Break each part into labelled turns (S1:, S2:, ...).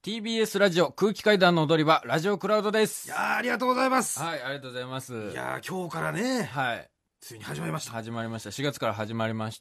S1: TBS ラジオ空気階段の踊り場、ラジオクラウドです。
S2: いやー、ありがとうございます。
S1: はい、ありがとうございます。
S2: いやー、今日からね、
S1: はい。
S2: ついに始まりました。
S1: 始まりました。4月から始まりまして、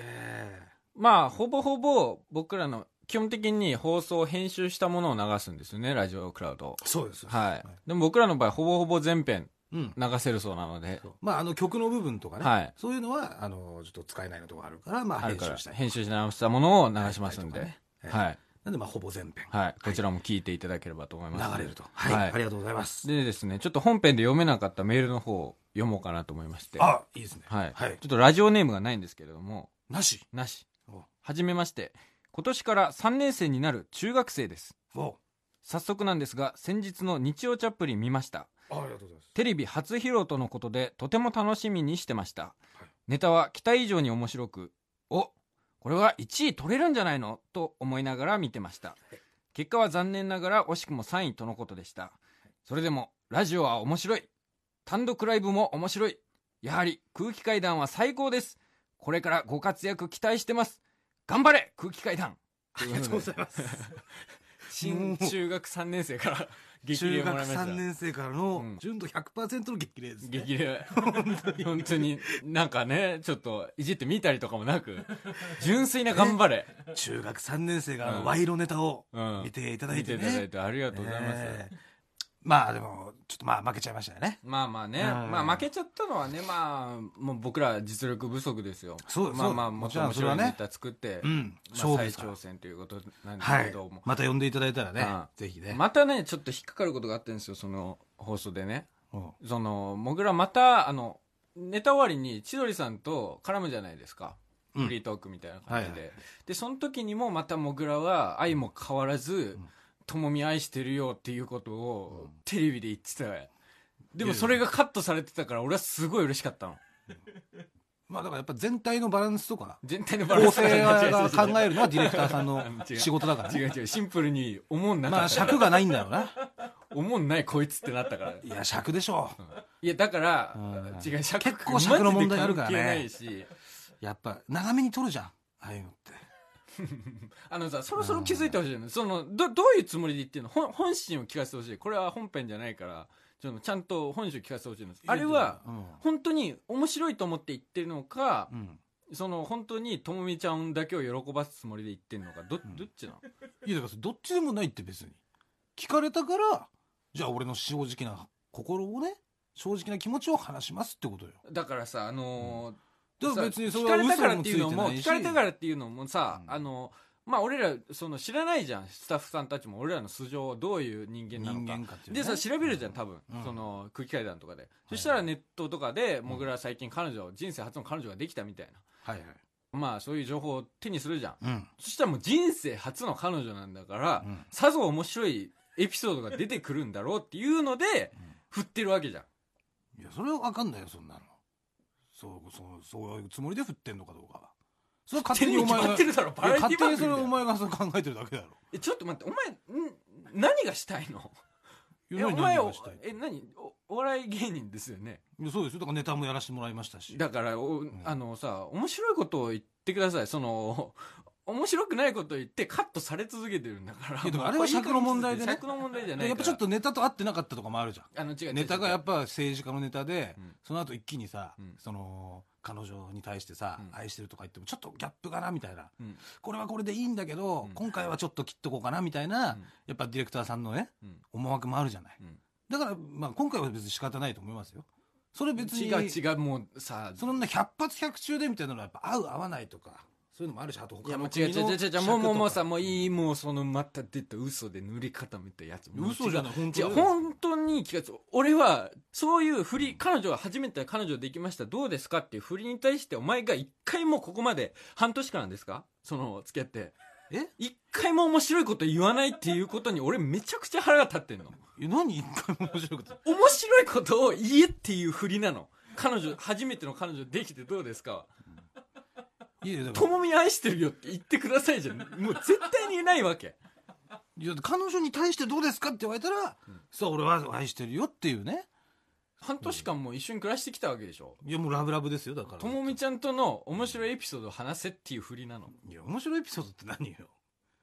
S1: まあ、ほぼほぼ僕らの基本的に放送を編集したものを流すんですよね、ラジオクラウド。
S2: そうです。
S1: はい。でも僕らの場合、ほぼほぼ全編流せるそうなので。
S2: まあ、曲の部分とかね、
S1: はい、
S2: そういうのは、ちょっと使えないのとかあるから、まあ、
S1: 編集し直したものを流しますんで。はい。
S2: なんで、まあ、ほぼ全編。
S1: はい。こちらも聞いていただければと思います。
S2: 流れると。はい。ありがとうございます。
S1: でですね、ちょっと本編で読めなかったメールの方を読もうかなと思いまして。
S2: あ、いいですね。
S1: はい。ちょっとラジオネームがないんですけれども。
S2: なし。
S1: はじめまして。今年から3年生になる中学生です。早速なんですが、先日の日曜チャップリン見ました。
S2: ありがとうございます。
S1: テレビ初披露とのことで、とても楽しみにしてました。ネタは期待以上に面白く、これは1位取れるんじゃないのと思いながら見てました。結果は残念ながら惜しくも3位とのことでした。それでもラジオは面白い、単独ライブも面白い、やはり空気階段は最高です。これからご活躍期待してます。頑張れ空気階段。
S2: ありがとうございます。
S1: 新中学3年生から激励もらいました。
S2: 中学3年生からの純度 100% の激励ですね。
S1: 激励。本当になんかね、ちょっといじってみたりとかもなく、純粋な頑張れ。
S2: 中学3年生が賄賂ネタを見ていただいてね。
S1: 見ていただいてありがとうございます。
S2: まあでも、ちょっとまあ負けちゃいましたよね。
S1: まあね。まあ負けちゃったのはね、まあ、もう僕ら実力不足ですよ。
S2: そうです。
S1: まあもちろん面白いネタ作って、再挑戦ということなんですけども。
S2: また呼んでいただいたらね、ぜひね。
S1: またね、ちょっと引っかかることがあったんですよ、その放送でね。僕らまた、ネタ終わりに千鳥さんと絡むじゃないですか。フリートークみたいな感じで。で、その時にもまたもぐらは愛も変わらず、ともみ愛してるよっていうことをテレビで言ってた。でもそれがカットされてたから俺はすごい嬉しかったの。
S2: まあだからやっぱ全体のバランスとか
S1: 構
S2: 成が考えるのはディレクターさんの仕事だからね。
S1: 違うシンプルに思んなかった。
S2: まあ尺がないんだろうな。
S1: 思んないこいつってなったから。
S2: いや尺でしょ。
S1: いやだから違う、
S2: 結構尺の問題あるからね。
S1: し
S2: やっぱ長めに撮るじゃん、ああいうのって。
S1: さ、そろそろ気づいてほしいの。どういうつもりで言ってるの？本心を聞かせてほしい。これは本編じゃないからちゃんと本心を聞かせてほしいんです。あれは本当に面白いと思って言ってるのか、本当にともみちゃんだけを喜ばすつもりで言ってるのか、どっちなの？
S2: いやだからどっちでもないって。別に聞かれたからじゃあ俺の正直な心をね、正直な気持ちを話しますってことよ。
S1: だからさ、
S2: 別にそれは嘘もついてないし、
S1: 聞かれたからっていうのもさ、まあ俺ら知らないじゃん、スタッフさんたちも俺らの素性をどういう人間なのかでさ、調べるじゃん多分、空気階段とかで。そしたらネットとかでもぐら最近人生初の彼女ができたみたいな、まあそういう情報を手にするじゃん、そしたらもう人生初の彼女なんだから、さぞ面白いエピソードが出てくるんだろうっていうので振ってるわけじゃん。
S2: いやそれは分かんないよ、そんなの。そういうつもりで振ってんのかどうかは。それは勝手にお前が勝手にそれお前が考えてるだけだろ。
S1: ちょっと待って、お前何がしたいの？お前お笑い芸人ですよね。
S2: そうですよ。だからネタもやらせてもらいましたし。
S1: だからさ、面白いことを言ってください。面白くないことを言ってカットされ続けてるんだから。
S2: いやでもあれは尺の問題でね。
S1: 尺の問題じゃないから。
S2: やっぱちょっとネタと合ってなかったとかもあるじゃん。
S1: 違う
S2: ネタがやっぱ政治家のネタで、その後一気にさ、彼女に対してさ、愛してるとか言ってもちょっとギャップかなみたいな、これはこれでいいんだけど、今回はちょっと切っとこうかなみたいな、やっぱディレクターさんのね、思惑もあるじゃない。だからまあ今回は別に仕方ないと思いますよ。それ別に
S1: 違う、もうさ、
S2: そんな100発100中でみたいなのはやっぱ合う合わないとかそういうのもあるし、あと他の国の
S1: 違うもうさ、もういい、もうまた出た嘘で塗り固めたやつ。
S2: 嘘じゃない、
S1: 本当に気がつく。俺はそういう振り、彼女は初めて彼女できましたどうですかっていう振りに対してお前が一回もここまで半年間ですか、付き合って一回も面白いこと言わないっていうことに俺めちゃくちゃ腹が立ってんの。
S2: 何一回も面白いこと
S1: 面白いことを言えっていう振りなの。初めての彼女できてどうですか、ともみ愛してるよって言ってくださいじゃん。もう絶対に言えないわけ。
S2: いや彼女に対してどうですかって言われたら、そう俺は愛してるよっていうね。
S1: 半年間も一緒に暮らしてきたわけでしょ。
S2: いやもうラブラブですよ。だから
S1: ともみちゃんとの面白いエピソードを話せっていう振りなの。
S2: いや面白いエピソードって何よ。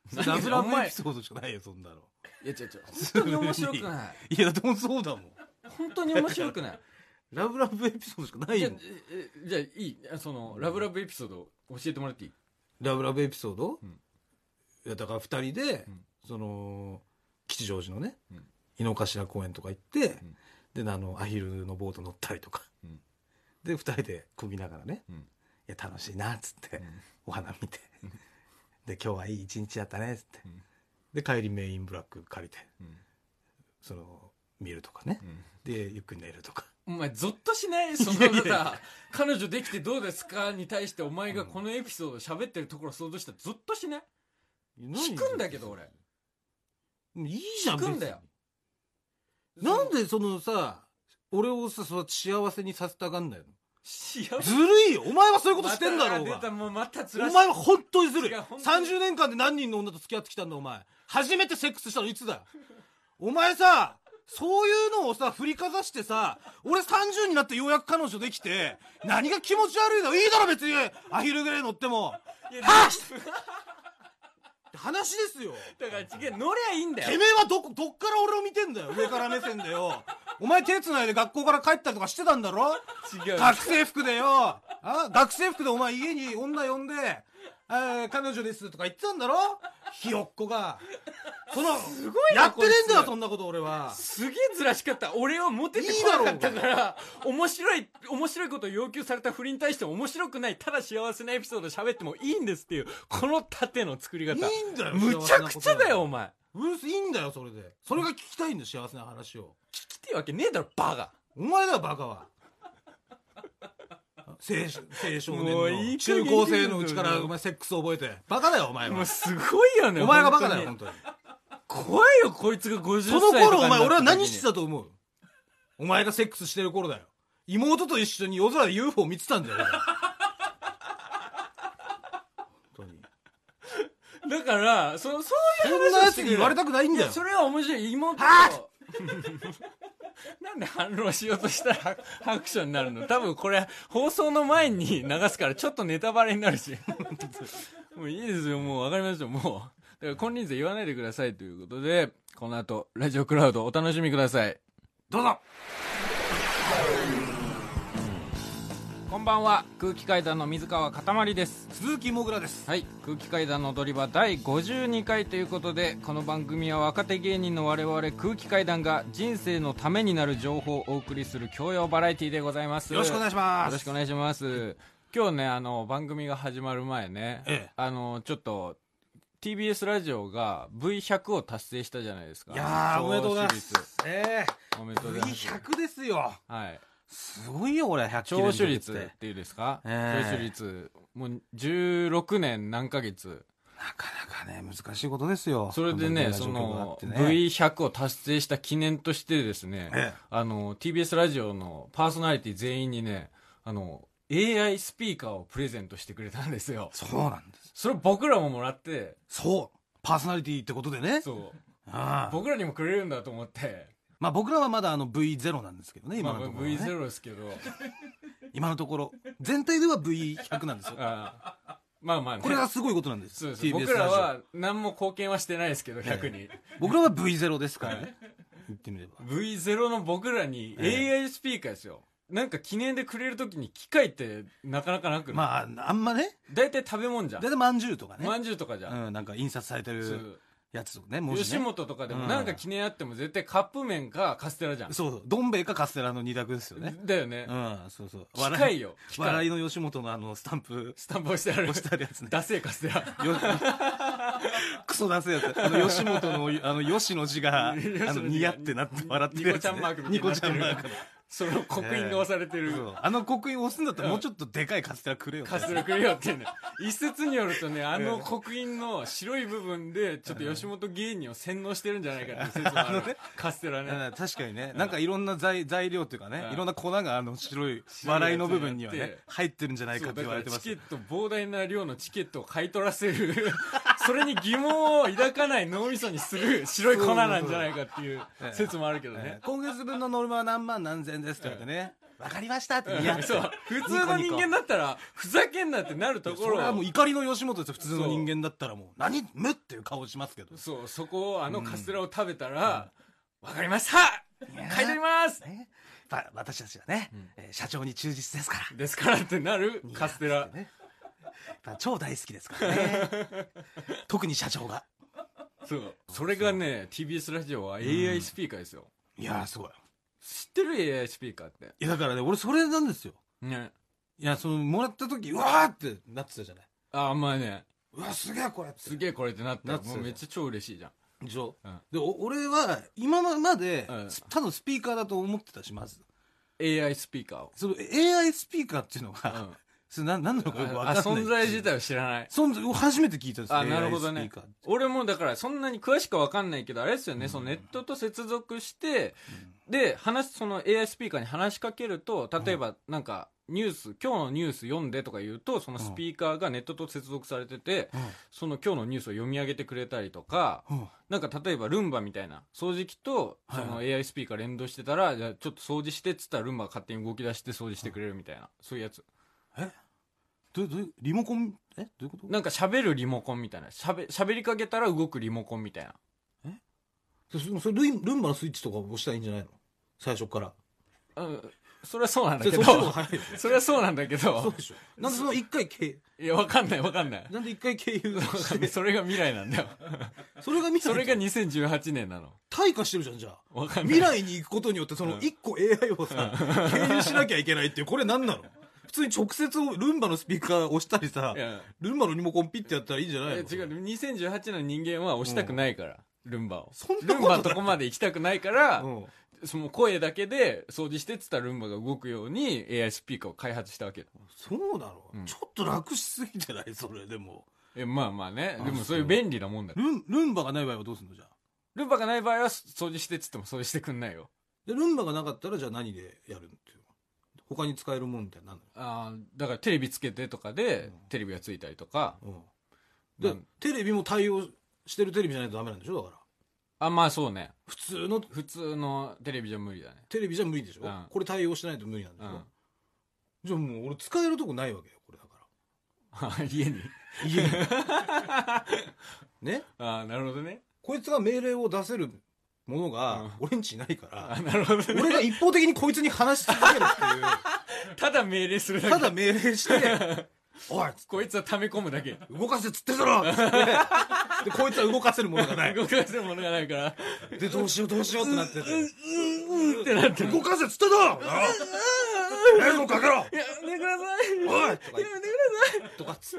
S2: ラブラブエピソードしかないよ、そんなの。
S1: いや、違う。本当に面白くない。
S2: いや、でもそうだもん。
S1: 本当に面白くない。
S2: ラブラブエピソードしかないよ。
S1: じゃあいい、ラブラブエピソード教えてもらっていい？
S2: ラブラブエピソード、いや、だから2人で、吉祥寺のね、井の頭公園とか行って、で、アヒルのボート乗ったりとか。で、2人で漕ぎながらね、いや、楽しいな、っつって、お花見て。で、今日はいい一日だったね、っつって。で、帰りメインブラック借りて、見るとかね。で、ゆっくり寝るとか。
S1: お前ゾッとしない？そのさ、彼女できてどうですかに対してお前がこのエピソード喋ってるところ想像したらゾッとしない？聞くんだけど俺。
S2: いいじゃん。
S1: 聞くんだよ。
S2: なんで俺をさ、幸せにさせたがんだよ。
S1: ず
S2: るいよ。お前はそういうことしてんだろうが。
S1: もうまた
S2: お前は本当にずるい。30年間で何人の女と付き合ってきたんだお前。初めてセックスしたのいつだよ。お前さ、そういうのをさ、振りかざしてさ、俺30になってようやく彼女できて、何が気持ち悪いの？いいだろ別に、アヒルぐらい乗っても。はっ話ですよ。
S1: だから違う、乗りゃいいんだよ。
S2: てめえはどっから俺を見てんだよ。上から目線でよ。お前手繋いで学校から帰ったりとかしてたんだろ？
S1: 違う。
S2: 学生服でよ。学生服でお前家に女呼んで、彼女ですとか言ってたんだろ？ひよっこが。すごいやってねえんだよ、そんなこと俺は。
S1: すげえずらしかった。俺はモテてこなかったから、面白いことを要求された振りに対して面白くない、ただ幸せなエピソード喋ってもいいんですっていう、この縦の作り方。
S2: いいんだよ、
S1: むちゃくちゃだよ、お前。
S2: いいんだよ、それで。それが聞きたいんだよ、幸せな話を。
S1: 聞きてえわけねえだろ、バカ。
S2: お前だよ、バカは。青少年の中高生のうちからお前セックス覚えて。バカだよ、お前は。
S1: もうすごいよね。
S2: お前がバカだよ、本当に。
S1: 怖いよ、こいつが50歳とか
S2: その頃お前、俺は何してたと思う？お前がセックスしてる頃だよ。妹と一緒に夜空で UFO 見てたんだよ、本当に。
S1: だから、そういう
S2: 話。そんなやつに言われたくないんだよ。
S1: それは面白い。妹と。なんで反論しようとしたらハクションになるの？多分これ放送の前に流すからちょっとネタバレになるし。もういいですよ、もうわかりましたよ、もう。だから金輪際言わないでくださいということで、この後ラジオクラウドお楽しみください。
S2: どうぞ。
S1: こんばんは、空気階段の水川かたまりです。
S2: 鈴木もぐらです。
S1: はい、空気階段の踊り場第52回ということで、この番組は若手芸人の我々空気階段が人生のためになる情報をお送りする教養バラエティでございます。
S2: よろしくお願いします。
S1: よろしくお願いします。今日ね、番組が始まる前ね、ちょっと TBS ラジオが V100 を達成したじゃないですか。
S2: いやー、おめでとうございます。
S1: おめでとうございます。
S2: V100 ですよ。
S1: はい。
S2: すごいよ、これ。100
S1: 聴取率っていうんですか、聴取率もう16年何ヶ月。
S2: なかなかね、難しいことですよ。
S1: それでね、V100 を達成した記念としてですね、TBS ラジオのパーソナリティ全員にね、AI スピーカーをプレゼントしてくれたんですよ。
S2: そうなんです。
S1: それ僕らももらって。
S2: そう。パーソナリティってことでね。
S1: そう。僕らにもくれるんだと思って。
S2: まあ僕らはまだV0 なんですけどね、今のところ、ね。
S1: V0 ですけど。
S2: 今のところ。全体では V100 なんですよ。
S1: まあまあね。
S2: これがすごいことなんです。
S1: そうです。僕らは何も貢献はしてないですけど、100に。
S2: 僕らは V0 ですからね。言ってみれば。
S1: V0 の僕らに AI スピーカーですよ。なんか記念でくれるときに機械ってなかなかなくない？
S2: まあ、あんまね。
S1: 大体食べ物じゃん。
S2: 大体まんじゅうとかね。
S1: まんじゅうとかじゃん。
S2: なんか印刷されてるやつとかね、文字ね。
S1: 吉本とかでもなんか記念あっても絶対カップ麺かカステラじゃん。
S2: そう。どん兵衛かカステラの二択ですよね。
S1: だよね。
S2: そうそう。
S1: 機械よ。
S2: 笑いの吉本のスタンプ
S1: 押してある。
S2: 押してあるやつね。
S1: ダセえカステラ。
S2: クソダセえやつ。吉本の吉の字が、ニヤってなって笑ってるやつ、ね。
S1: ニコちゃんマーク。その刻印が押されてる、
S2: 刻印押すんだったらもうちょっとでかいカステラくれよ、
S1: カステラくれよっていうね。一説によるとね、刻印の白い部分でちょっと吉本芸人を洗脳してるんじゃないかっていう説もある。カステラね。
S2: 確かにね、なんかいろんな材料っていうかね、いろんな粉が白い笑いの部分にはね入ってるんじゃないかって言われてます。
S1: チケット、膨大な量のチケットを買い取らせるそれに疑問を抱かない脳みそにする白い粉なんじゃないかっていう説もあるけどね。
S2: 今月分のノルマは何万何千ですって言われてね、 わかりましたって言い合って。
S1: そう。普通の人間だったら、ふざけんなってなるところ。そ
S2: れはもう怒りの吉本ですよ、普通の人間だったらもう。何無っていう顔しますけど。
S1: そう、そこをカステラを食べたら、わかりました買い取ります
S2: 私たちはね、社長に忠実ですから。
S1: ですからってなるカステラ。
S2: 超大好きですからね。特に社長が。
S1: そう。それがね、TBS ラジオは AI スピーカーですよ。
S2: いやすごい。
S1: 知ってる AI スピーカーって。
S2: いやだからね、俺それなんですよ。
S1: ね。
S2: いや、もらった時、うわーってなってたじゃない。
S1: あ、まあね。
S2: うわ、すげえこれって。
S1: すげえこれってなって。もうめっちゃ超嬉しいじゃん。
S2: でしょ、で、俺は、今まで、ただスピーカーだと思ってたし、まず。
S1: AI スピーカーを。
S2: その AI スピーカーっていうのが、それ何なのかよく分かんない。
S1: 存在自体を知らない。
S2: 初めて聞いたんですよ。
S1: なるほどね。俺もだからそんなに詳しく分かんないけど、あれですよね、そのネットと接続して、で、その AI スピーカーに話しかけると、例えばなんか、今日のニュース読んでとか言うと、そのスピーカーがネットと接続されてて、その今日のニュースを読み上げてくれたりとか、なんか例えばルンバみたいな、掃除機とその AI スピーカー連動してたら、じゃあちょっと掃除してっつったらルンバが勝手に動き出して掃除してくれるみたいな、そういうやつ。
S2: どういうリモコンどういうこと？
S1: なんか喋るリモコンみたいな。喋りかけたら動くリモコンみたいな。
S2: それルンバのスイッチとか押したらいいんじゃないの？最初から。
S1: それはそうなんだけど。それはそうなんだけど。
S2: そうでしょ。なんでその一回
S1: いや、わかんない。
S2: なんで一回経由して。
S1: それが未来なんだよ。
S2: それが
S1: 2018年なの。
S2: 退化してるじゃん、じゃあ。
S1: わかんない。
S2: 未来に行くことによって、その一個 AI をさ、経由しなきゃいけないっていう、これ何なの？普通に直接ルンバのスピーカー押したりさ、ルンバのリモコンピッてやったらいいんじゃないの？
S1: 違う、2018の人間は押したくないから、ルンバを。ルンバのとこまで行きたくないから、その声だけで掃除してっつったらルンバが動くように AI スピーカーを開発したわけだ。
S2: そうなの？ちょっと楽しすぎてない？それでも。
S1: まあまあね。でもそういう便利なもんだよ。
S2: ルンバがない場合はどうすんの？じゃあ。
S1: ルンバがない場合は掃除してっつっても掃除してくんないよ。
S2: で、ルンバがなかったらじゃあ何でやるっていう？他に使えるもんみたいなの？
S1: だからテレビつけてとかで、テレビがついたりとか。
S2: で、テレビも対応してるテレビじゃないとダメなんでしょ？だから。
S1: まあそうね。
S2: 普通の
S1: テレビじゃ無理だね。
S2: テレビじゃ無理でしょ？これ対応してないと無理なんでしょ？じゃあもう俺使えるとこないわけよ、これだから。
S1: 家に
S2: ね？
S1: なるほどね。
S2: こいつが命令を出せるものが俺んちいないから、
S1: なるほどね。
S2: 俺が一方的にこいつに話し続けるっていう。
S1: ただ命令するだけ。
S2: ただ命令して、おい
S1: こいつは溜め込むだけ。
S2: 動かせっつってんだろっつって。で、こいつは動かせるものがない。
S1: 動かせるものがないから。
S2: で、どうしようってなってて。
S1: ってなって。
S2: 動かせっつってんだろ冷蔵庫かけろ
S1: やめてください
S2: おい
S1: やめてください
S2: とかっつって。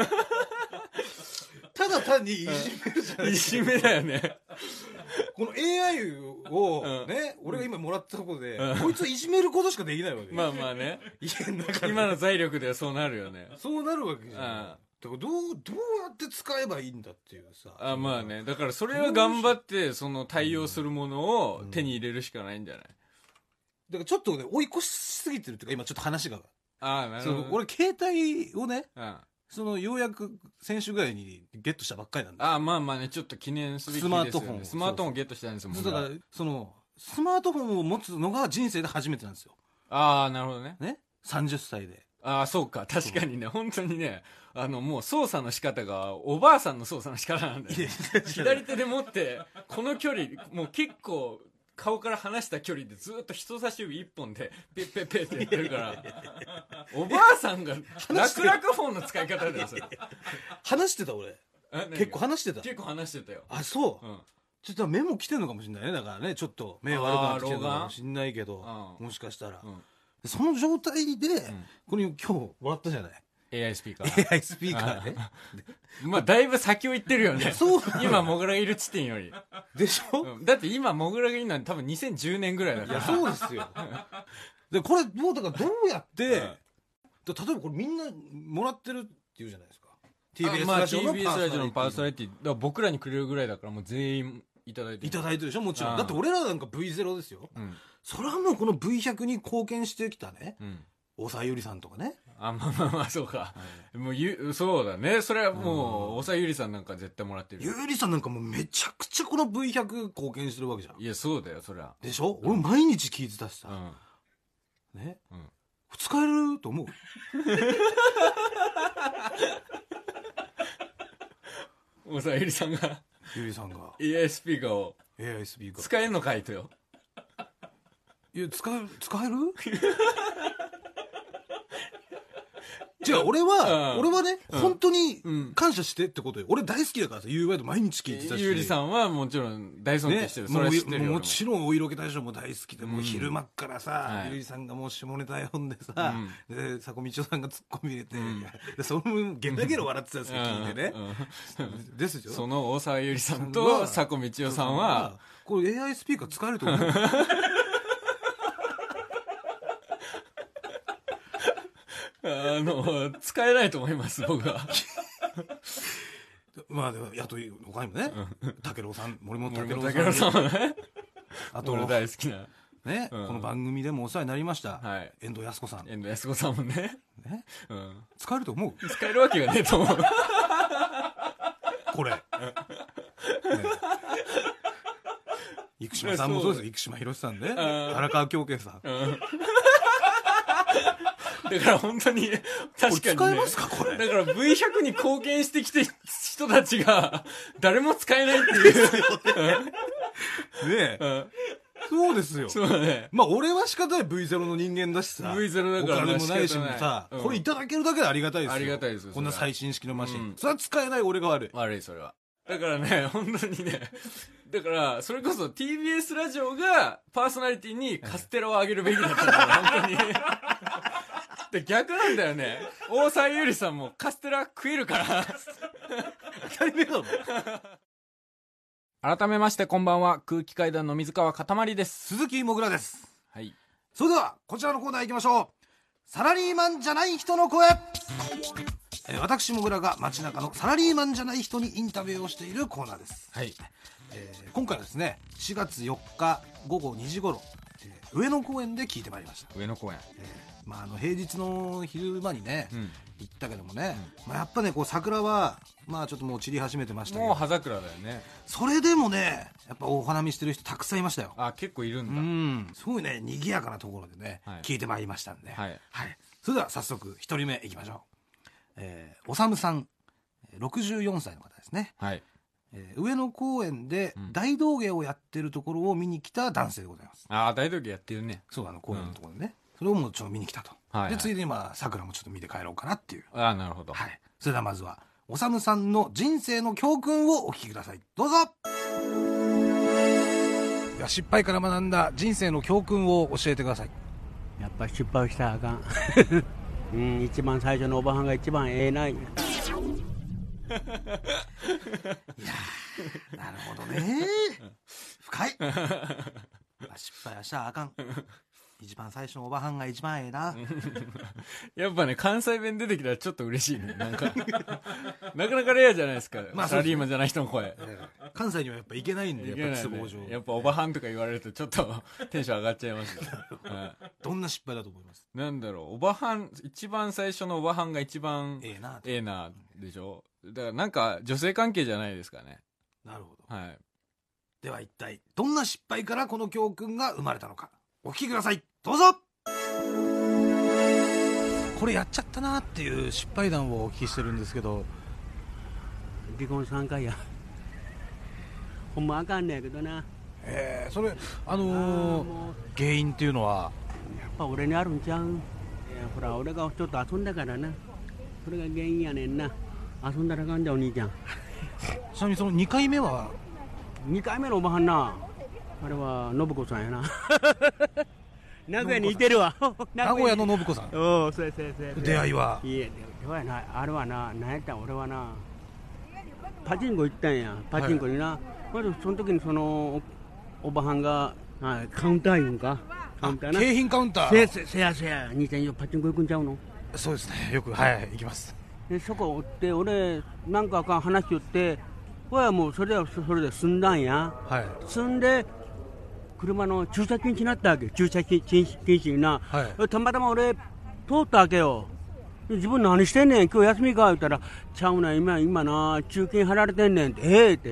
S2: ただ単にいじめるじゃない。
S1: いじめだよね。
S2: この AI をね、俺が今もらったところで、こいつをいじめることしかできないわけ。
S1: まあまあね。
S2: 家の中で。
S1: 今の財力ではそうなるよね。
S2: そうなるわけじゃん。だからどうやって使えばいいんだっていうさ。
S1: まあね。だからそれは頑張って、その対応するものを手に入れるしかないんじゃない？
S2: だからちょっとね、追い越しすぎてるっていうか、今ちょっと話が。
S1: なるほど。
S2: 俺携帯をね、ようやく先週ぐらいにゲットしたばっかりなんですよ。
S1: まあまあね、ちょっと記念すべきですよね。スマートフォンをゲットしたんですよ、
S2: だから、スマートフォンを持つのが人生で初めてなんですよ。
S1: なるほどね。
S2: ね ?30 歳で。
S1: そうか。確かにね、本当にね、もう操作の仕方が、おばあさんの操作の仕方なんだよ。左手で持って、この距離、もう結構、顔から離した距離でずっと人差し指一本でペッペッペッってやってるからおばあさんが楽々フォンの使い方だよそれ。
S2: 話してた俺。結構話してた。
S1: 結構話してたよ。
S2: そう、ちょっと目も来てんのかもしれないね。だからね、ちょっと目悪くなってきてるのかもしれないけど、もしかしたら、その状態で、これ今日もらったじゃない。
S1: AI スピーカー。
S2: AI スピーカーね。
S1: まあ、だいぶ先を行ってるよね。
S2: そう。
S1: 今、モグラがいる地点より。
S2: でしょ？
S1: だって今、モグラがいるのは多分2010年ぐらいだから。
S2: いや、そうですよ。で、これ、だからどうやって、例えばこれみんなもらってるって言うじゃないですか。
S1: TBS ラジオのパーソナリティ。だから僕らにくれるぐらいだからもう全員いただいてる。
S2: いただいてるでしょもちろん。だって俺らなんか V0 ですよ。それはもうこの V100 に貢献してきたね。大沢ゆりさんとかね。
S1: まあ、そうか。もうそうだね。それはもう、大沢ゆりさんなんか絶対もらってる。
S2: ゆりさんなんかもうめちゃくちゃこの V100 貢献してるわけじゃん。
S1: いや、そうだよ、そりゃ。
S2: でしょ？俺毎日聞いてたしさ。 ね、使えると思う
S1: 大沢ゆりさんがAI スピーカーを使えんのかいとよ。
S2: いや、使える違う、俺はね、本当に感謝してってことよ。俺大好きだからさ、UY と毎日聞いてたし。
S1: ゆりさんはもちろん大尊敬してる。それは知ってるよ。
S2: もちろんお色気大賞も大好きで、もう昼間っからさ、ゆりさんがもう下ネタ読んでさ、で、佐古道夫さんがツッコミ入れて、そのゲラゲラ笑ってたんですよ、聞いてね。ですよ。
S1: その大沢ゆりさんと佐古道夫さんは、
S2: これ AI スピーカー使えると思う。
S1: 使えないと思います僕は。
S2: まあでもあと他にもね、武郎さん、森本武
S1: 郎さんはね、
S2: あと
S1: 俺大好きな
S2: ね、この番組でもお世話になりました遠藤康子さん。
S1: 遠藤康子さんもね、
S2: 使えると思う？
S1: 使えるわけがねえと思う。
S2: これ生島さんもそうですよ。生島博さんね、荒川京慶さん。
S1: だから本当に確かに、ね、
S2: 使えますかこれ。
S1: だから V100 に貢献してきて人たちが誰も使えないっていうね
S2: え、そうですよ。
S1: そうだね。
S2: まあ俺は仕方ない、 V0 の人間だしさ、
S1: V0 だから
S2: お金もないしもさ、これいただけるだけでありがたいですよ。
S1: ありがたいですよ。
S2: こんな最新式のマシン、それは使えない俺が悪い。
S1: それは。だからね、本当にね、だからそれこそ TBS ラジオがパーソナリティにカステラをあげるべきだったんだよ、本当に。で逆なんだよね。大沢ゆりさんもカステラ食えるから
S2: 当たり前だろ。
S1: 改めましてこんばんは、空気階段の水川かたまりです。
S2: 鈴木もぐらです。
S1: はい。
S2: それではこちらのコーナー行きましょう。サラリーマンじゃない人の声。私もぐらが街中のサラリーマンじゃない人にインタビューをしているコーナーです。
S1: はい。
S2: 今回はですね、4月4日午後2時頃、上野公園で聞いてまいりました。
S1: 上野公園、
S2: まあ、平日の昼間にね、行ったけどもね、まあ、やっぱねこう桜はまあちょっともう散り始めてましたけど、
S1: もう葉桜だよね。
S2: それでもねやっぱお花見してる人たくさんいましたよ。
S1: あ、結構いるんだ。
S2: すごいね賑やかなところでね、聞いてまいりましたんで、それでは早速1人目いきましょう。おさむさん、64歳の方ですね。
S1: はい。
S2: 上野公園で大道芸をやってるところを見に来た男性でございます。
S1: ああ、大道芸やってるね。
S2: そう、公園のところでね、それをもうちょっと見に来たと。でついでにまあ桜もちょっと見て帰ろうかなっていう。
S1: ああ、なるほど。
S2: はい。それではまずはおさむさんの人生の教訓をお聞きください。どうぞ。いや、失敗から学んだ人生の教訓を教えてください。
S3: やっぱり失敗したらあかん。一番最初のおばはんが一番ええない。いや
S2: なるほどね。深い。失敗はしたらあかん。一番最初のおばはんが一番ええな。
S1: やっぱね、関西弁出てきたらちょっと嬉しいね。なんかなかなかレアじゃないですか、サラリーマンじゃない人の声。
S2: 関西にはやっぱ行けないんで、やっぱ都合上、
S1: やっぱおばはんとか言われるとちょっとテンション上がっちゃいますよ。
S2: どんな失敗だと思います？
S1: なんだろう、おばはん、一番最初のおばはんが一番
S2: え
S1: えなでしょ。だからなんか女性関係じゃないですかね。
S2: なるほど。
S1: はい。
S2: では一体どんな失敗からこの教訓が生まれたのか、お聞きください。どうぞ。これやっちゃったなっていう失敗談をお聞きしてるんですけど。
S3: 離婚3回や。ほんまあかんねやけどな。
S2: それ原因っていうのは
S3: やっぱ俺にあるんちゃう。いや、ほら俺がちょっと遊んだからな。それが原因やねんな。遊んだらあかんじゃお兄ちゃん。
S2: ちなみにその2回目は
S3: 2回目のおばはんな、あれは信子さんやな。名古屋にいてるわ。
S2: 名古屋の信子さん。
S3: おお、そう
S2: 出会いは。
S3: いえ、出会いない。あれはな、何やったん俺はな、パチンコ行ったんや。パチンコにな、まずその時にそのおばはんがカウンター言うんか、カウンターな、
S2: 景品カウンター。
S3: せや兄ちゃんパチンコ行くんちゃうの。
S2: そうですね、よく行きます。
S3: でそこおって俺なんか話しよって、これはもうそれで済んだんや。済んで車の駐車禁止になったわけ。駐車禁止にな、たまたま俺通ったわけよ。自分何してんねん、今日休みか言ったら、ちゃうな、今な中金払われてんねんって。って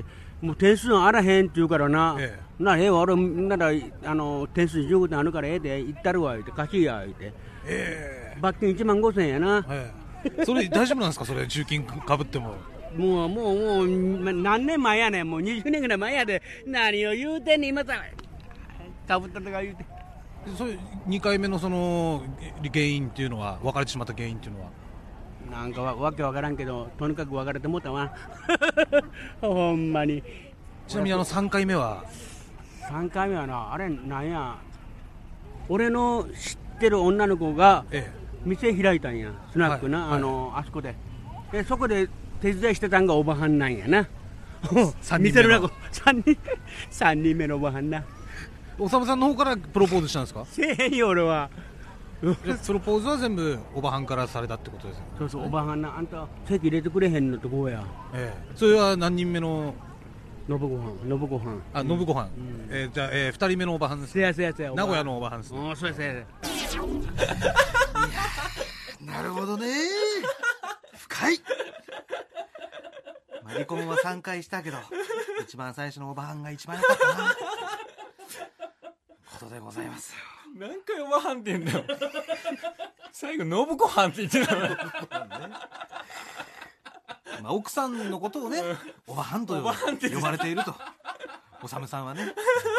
S3: もう点数あらへんって言うからな、なら俺なら点数15点あるからで行ったるわ言って貸しや言って、罰金1万5千円やな、
S2: それ大丈夫なんですか、それ中金かぶっても。
S3: もう何年前やねん、もう20年ぐらい前やで、何を言うてんねん今さかぶったとか言うて。
S2: それ2回目のその原因っていうのは、別れてしまった原因っていうのは
S3: なんかわけわからんけど、とにかく別れてもうたわほんまに。
S2: ちなみに3回目は
S3: 3回目はな、あれなんや、俺の知ってる女の子が店開いたんや、スナックな、あそこでそこで手伝いしてたんがおばはんなんやな店の中3人目のおばはんな。
S2: おさむさんの方からプロポーズしたんですか？
S3: せえへんよ俺は
S2: プロポーズは全部おばはんからされたってことですよね。
S3: そうそう、おばはんな、あんた席入れてくれへんのとこうや。
S2: それは何人目の
S3: 信子はん。
S2: 信子はん、じゃあ、2人目のおばはんです。
S3: せや名
S2: 古屋のおばはんです、ね。
S3: そうやせや
S2: なるほどね、深い。離婚は3回したけど一番最初のおばはんが一番良かったなことでございます。
S1: 何回おばはんって言うんだよ最後信子はんって言ってたの
S2: 奥さんのことをねおばはんと呼ばれているとおさむさんはね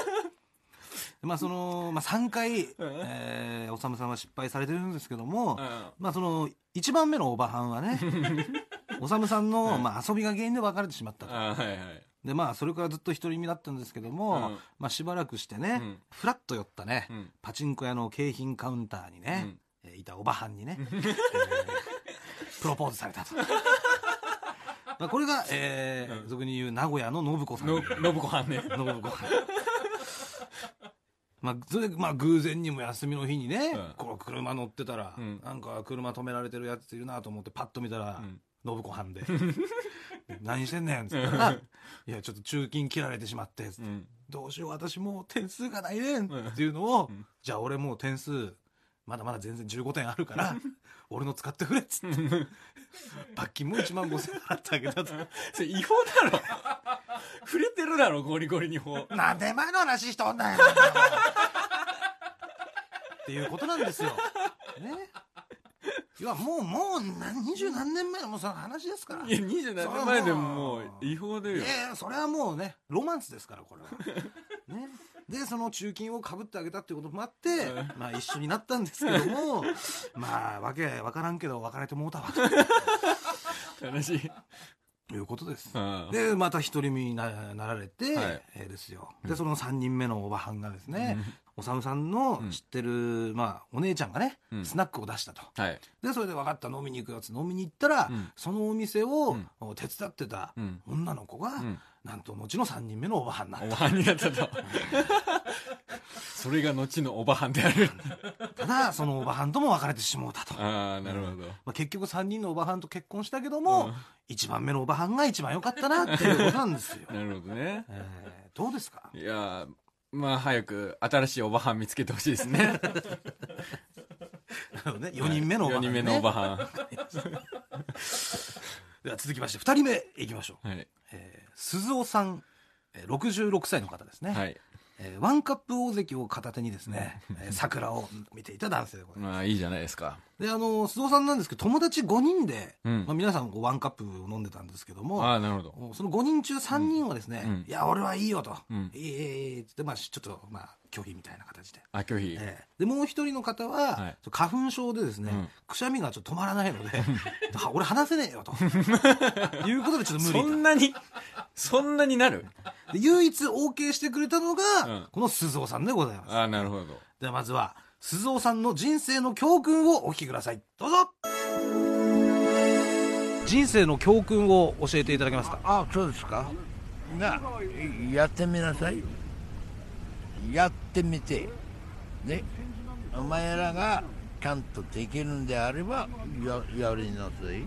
S2: 3回、おさむさんは失敗されてるんですけども、その1番目のおばはんはねおさむさんの、遊びが原因で別れてしまったと。でそれからずっと独り身だったんですけども、しばらくしてね、フラッと寄ったね、パチンコ屋の景品カウンターにね、いたおばはんにね、プロポーズされたとこれが、俗に言う名古屋の信子さん。
S1: 信子はんね。
S2: 信子はんそれで偶然にも休みの日にね、この車乗ってたら、なんか車止められてるやついるなと思ってパッと見たら、信子はんで何してんねんっつったらいやちょっと中金切られてしまってどうしよう私もう点数がないねんっていうのを、じゃあ俺もう点数まだまだ全然15点あるから俺の使ってくれっつって罰金も1万5千円払ってあげたと。
S1: それ違法だろ触れてるだろゴリゴリに法。
S2: なんで前の話しとんだよっていうことなんですよね。いやもう20何年前もその話ですから。
S1: いや20何年前でももう違法だよ。
S2: それはもうねロマンスですからこれはね。でその中金をかぶってあげたっていうこともあって一緒になったんですけどもわけわからんけど別れてもうたわと
S1: 悲しい
S2: いうことです。でまた独り身になられて、ですよ。でその3人目のおばはんがですね、おさむさんの知ってる、お姉ちゃんがね、スナックを出したと。でそれで分かった飲みに行くよって飲みに行ったら、そのお店を手伝ってた女の子が、なんと後の3人目のおばはんになった。
S1: おばはんになったとそれが後のおばはんである
S2: ただそのおばはんとも別れてしもうたと。
S1: なるほど。
S2: 結局3人のおばはんと結婚したけども、1番目のおばはんが一番良かったなっていうことなんですよ
S1: なるほどね。
S2: どうですか？
S1: いや早く新しいおばはん見つけてほしいですね
S2: 4人目のおばはん、
S1: 4人目のおばはん
S2: では続きまして2人目いきましょう。鈴尾さん、66歳の方ですね。ワンカップ大関を片手にですね桜を見ていた男性でございます。
S1: いいじゃないですか。
S2: で鈴尾さんなんですけど友達5人で、皆さんワンカップを飲んでたんですけども、
S1: なるほど。
S2: その5人中3人はですね、いや俺はいいよと、いいってちょっと拒否みたいな形で
S1: 拒否、
S2: でもう一人の方は、花粉症でですね、くしゃみがちょっと止まらないので俺話せねえよということでちょっと無理
S1: そんなになる
S2: で唯一 OK してくれたのが、この鈴尾さんでございます。
S1: なるほど。
S2: ではまずは鈴尾さんの人生の教訓をお聞きください。どうぞ。人生の教訓を教えていただけますか？
S4: そうですか。やってみなさい。やってみてね、お前らがちゃんとできるんであれば やりなさい。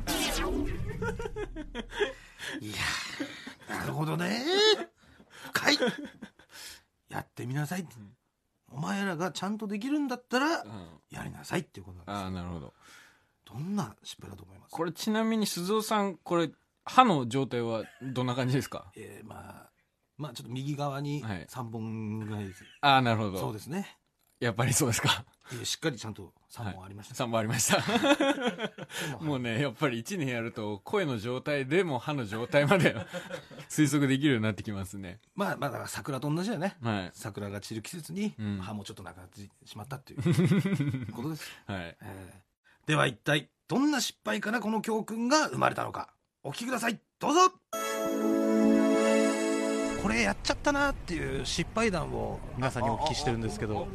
S2: いやなるほどね。深い。やってみなさい、お前らがちゃんとできるんだったらやりなさいっていうことなんです。
S1: なるほど。
S2: どんな失敗だと思います？
S1: これちなみに鈴尾さんこれ歯の状態はどんな感じですか？
S2: まあちょっと右側に3本ぐらいです。
S1: ああ、なるほど。
S2: そうですね。
S1: やっぱりそうですか。
S2: しっかりちゃんと3本ありました。
S1: 3本ありました。もうね、やっぱり1年やると、声の状態でも歯の状態まで推測できるようになってきますね。
S2: まあ、だから桜と同じだよね。
S1: はい。
S2: 桜が散る季節に、歯もちょっとなくなってしまったっていうことです。
S1: はい。
S2: では一体、どんな失敗からこの教訓が生まれたのか。お聞きください。どうぞ。これやっちゃったなっていう失敗談を皆さんにお聞きしてるんですけど。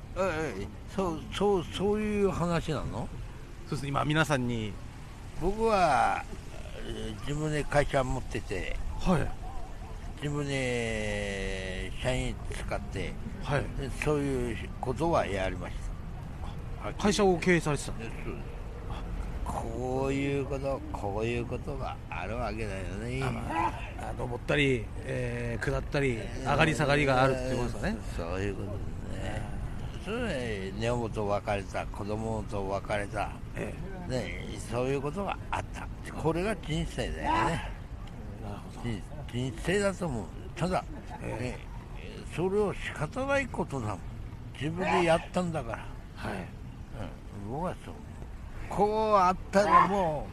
S4: そういう話なの？
S2: そうですね、今皆さんに。
S4: 僕は自分で会社持ってて、
S2: はい、
S4: 自分で社員使って、
S2: はい、
S4: そういうことはやりました。
S2: 会社を経営されてたんです。
S4: こういうことがあるわけだよね。
S2: 登ったり、下ったり上がり下がりがあるってことですかね。
S4: そういうことですね。それで女房と別れた、子供と別れた、ね、そういうことがあった。これが人生だよね。人生だと思う。ただ、それを仕方ないことだもん。自分でやったんだから。
S2: はい。
S4: 僕はそう。こうあったらも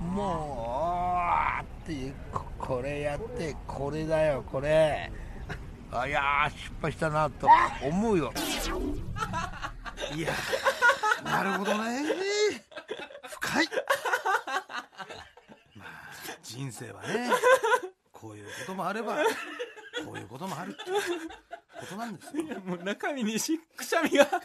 S4: うっていう、これやってこれだよ、これ。いやー失敗したなと思うよ。
S2: いや、なるほどね。深い。まあ人生はね、こういうこともあればこういうこともあるってことなんですよ。
S1: もう中身にくしゃみがは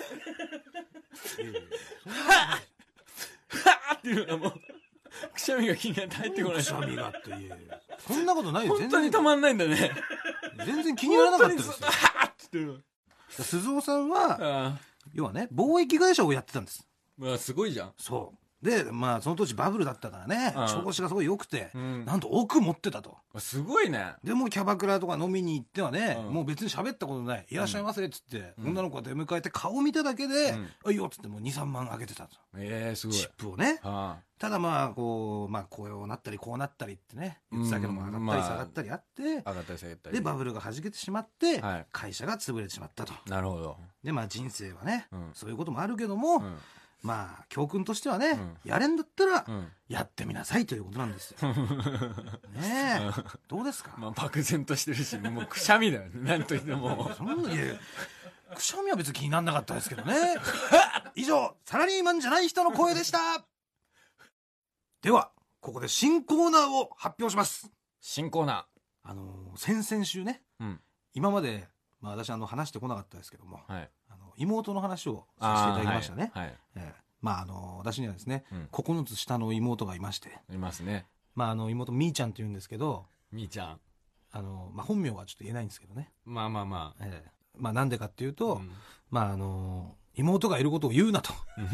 S1: ぁっていうのはもうくしゃみが気になって入ってこない。
S2: くしゃみがってそんなことないよ。
S1: 本当にたまんないんだね。
S2: 全然気にならなかったですよ。鈴尾さんは要はね、貿易会社をやってたんです。
S1: まあすごいじゃん。
S2: そうで、まあその当時バブルだったからね、調子がすごい良くて、なんと億持ってたと。
S1: すごいね。
S2: でもキャバクラとか飲みに行ってはね、もう別に喋ったことない、いらっしゃいませっつって、女の子が出迎えて顔見ただけで、いいよっつってもう 2,3 万あげてたと。
S1: すごい。
S2: チップをね。ただまあこうなったりこうなったりってね、言ってたけども上がったり下がったりあって、上
S1: がったり下がったり
S2: でバブルが弾けてしまって、会社が潰れてしまったと。
S1: なるほど。
S2: でまあ人生はね、そういうこともあるけども、まあ教訓としてはね、やれんだったらやってみなさいということなんですよ。ねえ、どうですか。
S1: まあ漠然としてるし、もうくしゃみだよね。なんと言っても。
S2: そんなくしゃみは別に気にならなかったですけどね。以上、サラリーマンじゃない人の声でした。ではここで新コーナーを発表します。
S1: 新コーナ
S2: ー。先々週ね、今まで、まあ、私話してこなかったですけども、妹の話をさせていただきましたね。まあ私にはですね、9つ下の妹がいまして。
S1: いますね。
S2: まあ妹みーちゃんって言うんですけど。
S1: みーちゃん。
S2: まあ本名はちょっと言えないんですけどね。
S1: まあ。ま
S2: あなんでかっていうと、まあ妹がいることを言うなと。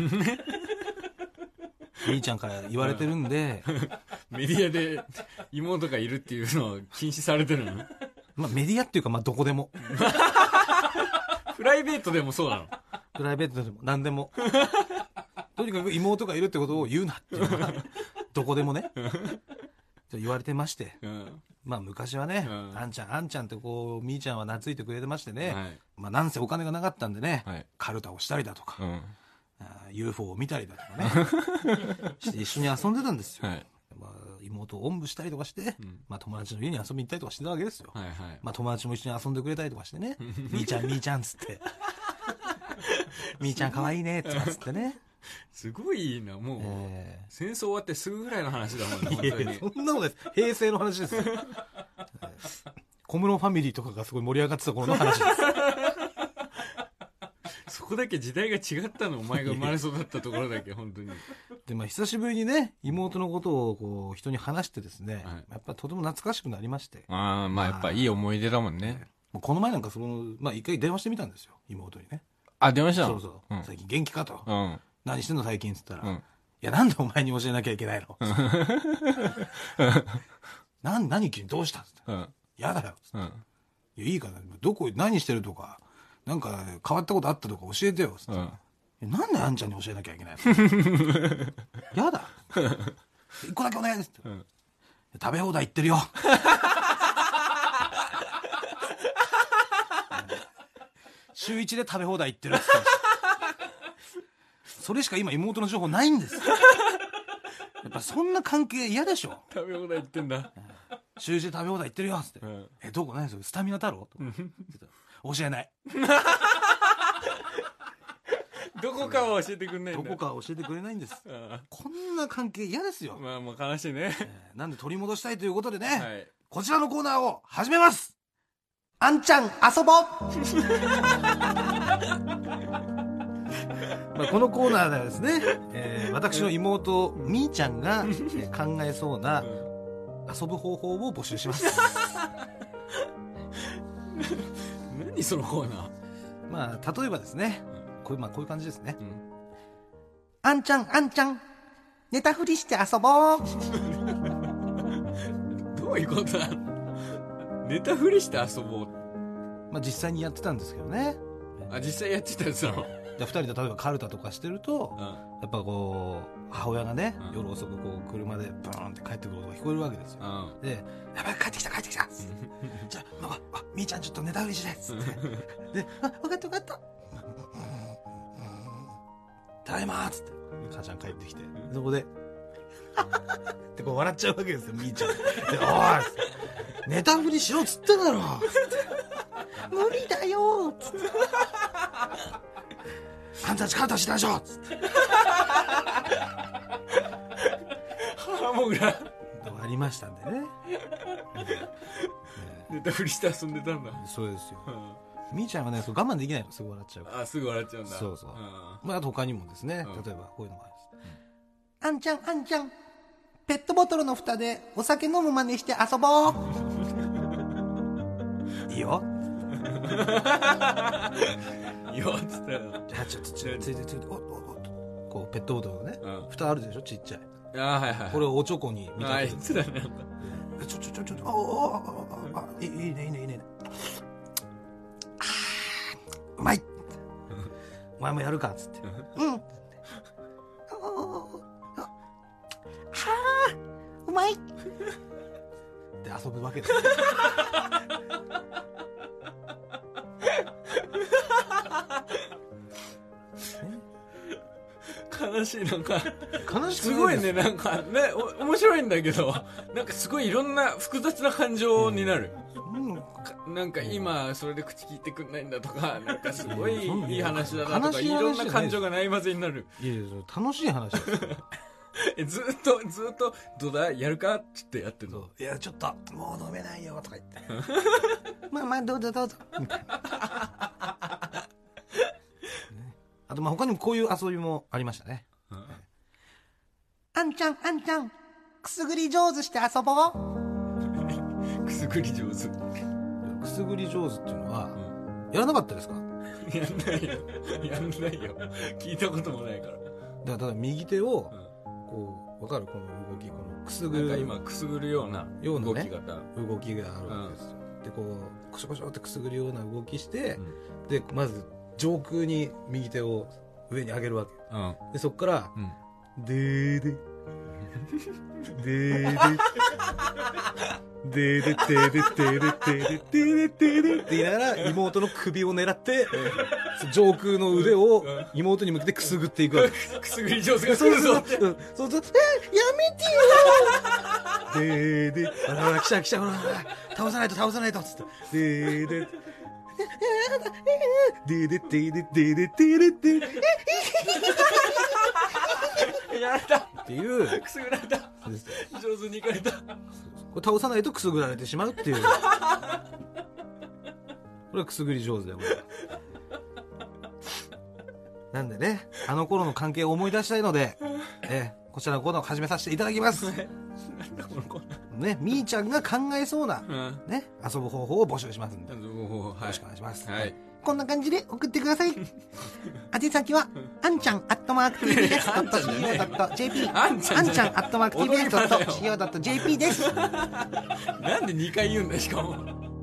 S2: みーちゃんから言われてるんで。
S1: メディアで妹がいるっていうのを禁止されてるの？
S2: まあメディアっていうかまあどこでも。
S1: プライベートでもそうなの？
S2: プライベートでも何でも。とにかく妹がいるってことを言うなっていうのがどこでもね言われてまして、まあ昔はね、あんちゃんってこうみーちゃんは懐いてくれてましてね、まあなんせお金がなかったんでね、カルタをしたりだとか、UFO を見たりだとかねして一緒に遊んでたんですよ。まあ、妹をおんぶしたりとかして、まあ、友達の家に遊びに行ったりとかしてたわけですよ。まあ、友達も一緒に遊んでくれたりとかしてねみーちゃんっつってみーちゃんかわいいねっつってね。
S1: すごいいいな。もう、戦争終わってすぐぐらいの話だもんね。本当に
S2: そんなことです。平成の話ですよ。小室ファミリーとかがすごい盛り上がってた頃の話です。
S1: そこだけ時代が違ったの。お前が生まれそうだったところだけ本当に。
S2: でまあ久しぶりにね妹のことをこう人に話してですね、やっぱとても懐かしくなりまして。
S1: まあやっぱいい思い出だもんね。
S2: この前なんかまあ一回電話してみたんですよ妹にね。
S1: 電話したの？
S2: そう、最近元気かと。何してんの最近っつったら、いやなんでお前に教えなきゃいけないの。何急にどうしたっつって。やだよっつって。いやいいかな、何してるとかなんか変わったことあったとか教えてよっつって。なんであんちゃんに教えなきゃいけないの。やだ。一個だけお願いですって。食べ放題言ってるよ。 週1で食べ放題行ってるって言ってました。それしか今妹の情報ないんです。やっぱそんな関係嫌でしょ。
S1: 食べ放題行ってんだ。
S2: 週1で食べ放題行ってるよっつって、どこないですよ、スタミナ太郎と教えない。
S1: どこかは教えてくれないんだ。
S2: どこかは教えてくれないんです。こんな関係嫌ですよ。
S1: まあもう悲しいね。
S2: なんで取り戻したいということでね、こちらのコーナーを始めます。あんちゃん遊ぼう。このコーナーではですね、私の妹みーちゃんが、考えそうな遊ぶ方法を募集します。
S1: 何そのコーナ
S2: ー。例えばですね、こういう感じですね。あんちゃん寝たふりして遊ぼう。
S1: どういうことなの？寝たふりして遊ぼう。
S2: 実際にやってたんですけどね。
S1: 実際やってたんですよ。
S2: 2人で例えばカルタとかしてると、やっぱこう母親がね、夜遅くこう車でブーンって帰ってくる音が聞こえるわけですよ。で、やばい帰ってきたじゃあみーちゃんちょっと寝たふりしてっつってで、分かったただいまーっつって母ちゃん帰ってきて、そこでってこう笑っちゃうわけですよ、みーちゃんで。おい寝たふりしろっつっただろ無理だよっつってあんたたちカルタしてたでしょっつって
S1: ハモグラ
S2: ありましたんでね。
S1: 寝たふりして遊んでたんだ。
S2: そうですよ。みーちゃんはね、我慢できないの、すぐ笑っちゃうから。
S1: すぐ笑っちゃうんだ。
S2: そうそう。あと他にもですね、例えばこういうのがあります。あんちゃんペットボトルの蓋でお酒飲む真似して遊ぼう。いいよ
S1: いいよっつったら、
S2: じゃあちょっとついてこうペットボトルのね、蓋あるでしょ、ちっちゃい。これをおちょこに見立てて、いつだね、ちょいいねうまいお前もやるかっつってうまいって遊ぶわけです。
S1: 悲しい、なんか
S2: 悲しく
S1: すごいね、なんかね、面白いんだけど、なんかすごいいろんな複雑な感情になる。なんか今それで口聞いてくんないんだとか、なんかすごいいい話だなとか、いろんな感情がないまぜになる。
S2: いや楽しい話です
S1: ずっとどうだやるかってやってるの。
S2: いやちょっともう飲めないよとか言ってまあどうぞあと他にもこういう遊びもありましたね。あんちゃんくすぐり上手して遊ぼう。
S1: くすぐり上手。
S2: くすぐり上手っていうのは、やらなかったですか？
S1: やんないよ聞いたこともないから。
S2: だから右手をこう分かる、この動き、このくすぐる、
S1: なんか今くすぐるような動き方、
S2: 動きがあるわけですよ。でこうコショコショってくすぐるような動きして、でまず上空に右手を上に上げるわけ、でそっから、でーででーででででででででででって言いながら妹の首を狙って上空の腕を妹に向けてくすぐっていくわけです。
S1: くすぐり上手がするぞって。
S2: そうやめてよででほら来ちゃほら倒さないとっつってででででででででで
S1: やられた
S2: っていう
S1: くすぐられた上手にいかれた。
S2: これ倒さないとくすぐられてしまうっていうこれはくすぐり上手だよこれなんでね、あの頃の関係を思い出したいので、こちらのコーナーを始めさせていただきますね。みーちゃんが考えそうな、ね、遊ぶ方法を募集しますんで、よろしくお願いします。こんな感じで送ってください。宛先はあんちゃん@tbs.co.jp あんちゃん@tbs.co.jp です。
S1: なんで2回言うんだしかも。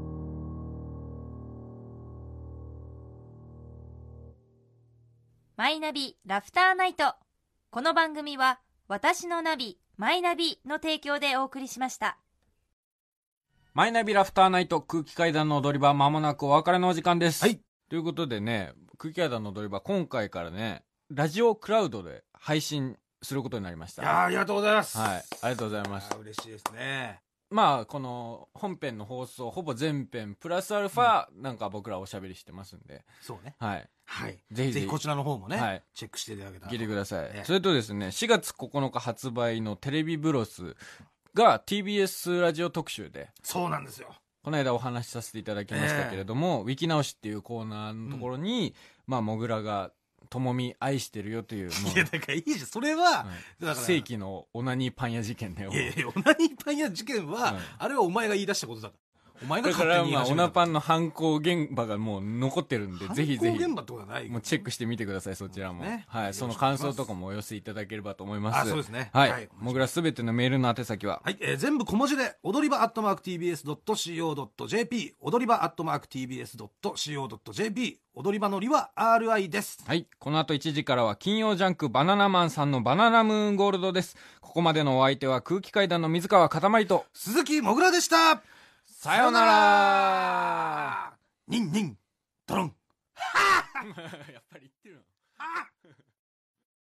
S5: マイナビラフターナイト。この番組は私のナビマイナビの提供でお送りしました。
S1: マイナビラフターナイト、空気階段の踊り場、まもなくお別れのお時間です。
S2: はい。
S1: ということでね、空気階段の踊り場、今回からね、ラジオクラウドで配信することになりました。
S2: いやありがとうございます。
S1: はい、ありがとうございます。
S2: 嬉しいですね。
S1: まあこの本編の放送ほぼ全編プラスアルファ、なんか僕らおしゃべりしてますんで、
S2: そうね。
S1: はい、
S2: はい、
S1: ぜひ
S2: ぜひこちらの方もね、
S1: はい、
S2: チェックしていただけたら。
S1: 聞いてください。それとですね、4月9日発売のテレビブロスが TBS ラジオ特集で、
S2: そうなんですよ。
S1: この間お話しさせていただきましたけれども、ウィキ直しっていうコーナーのところに、まあもぐらがともみ愛してるよという、
S2: いやだからいいじゃん、それは、
S1: だから世紀のオナニーパン屋事件だよ。
S2: いやいや、オナニーパン屋事件は、あれはお前が言い出したことだから。お前が勝手に言い始めた。だから
S1: まあオナパンの犯行現場がもう残ってるんで、ぜひぜひ
S2: 犯行現場ってことはない、
S1: もうチェックしてみてください、そちらも、
S2: ね、
S1: はい、その感想とかもお寄せいただければと思います。
S2: あ、そうですね。
S1: はい、もぐらすべてのメールの宛先は、
S2: はい、全部小文字で踊り場@tbs.co.jp、 踊り場@tbs.co.jp、 踊り場のりは RI です。
S1: はい、この後1時からは金曜ジャンクバナナマンさんのバナナムーンゴールドです。ここまでのお相手は空気階段の水川かたまりと
S2: 鈴木もぐらでした。
S1: さようなら。
S2: ニンニンドロン。
S1: やっぱり言ってるの。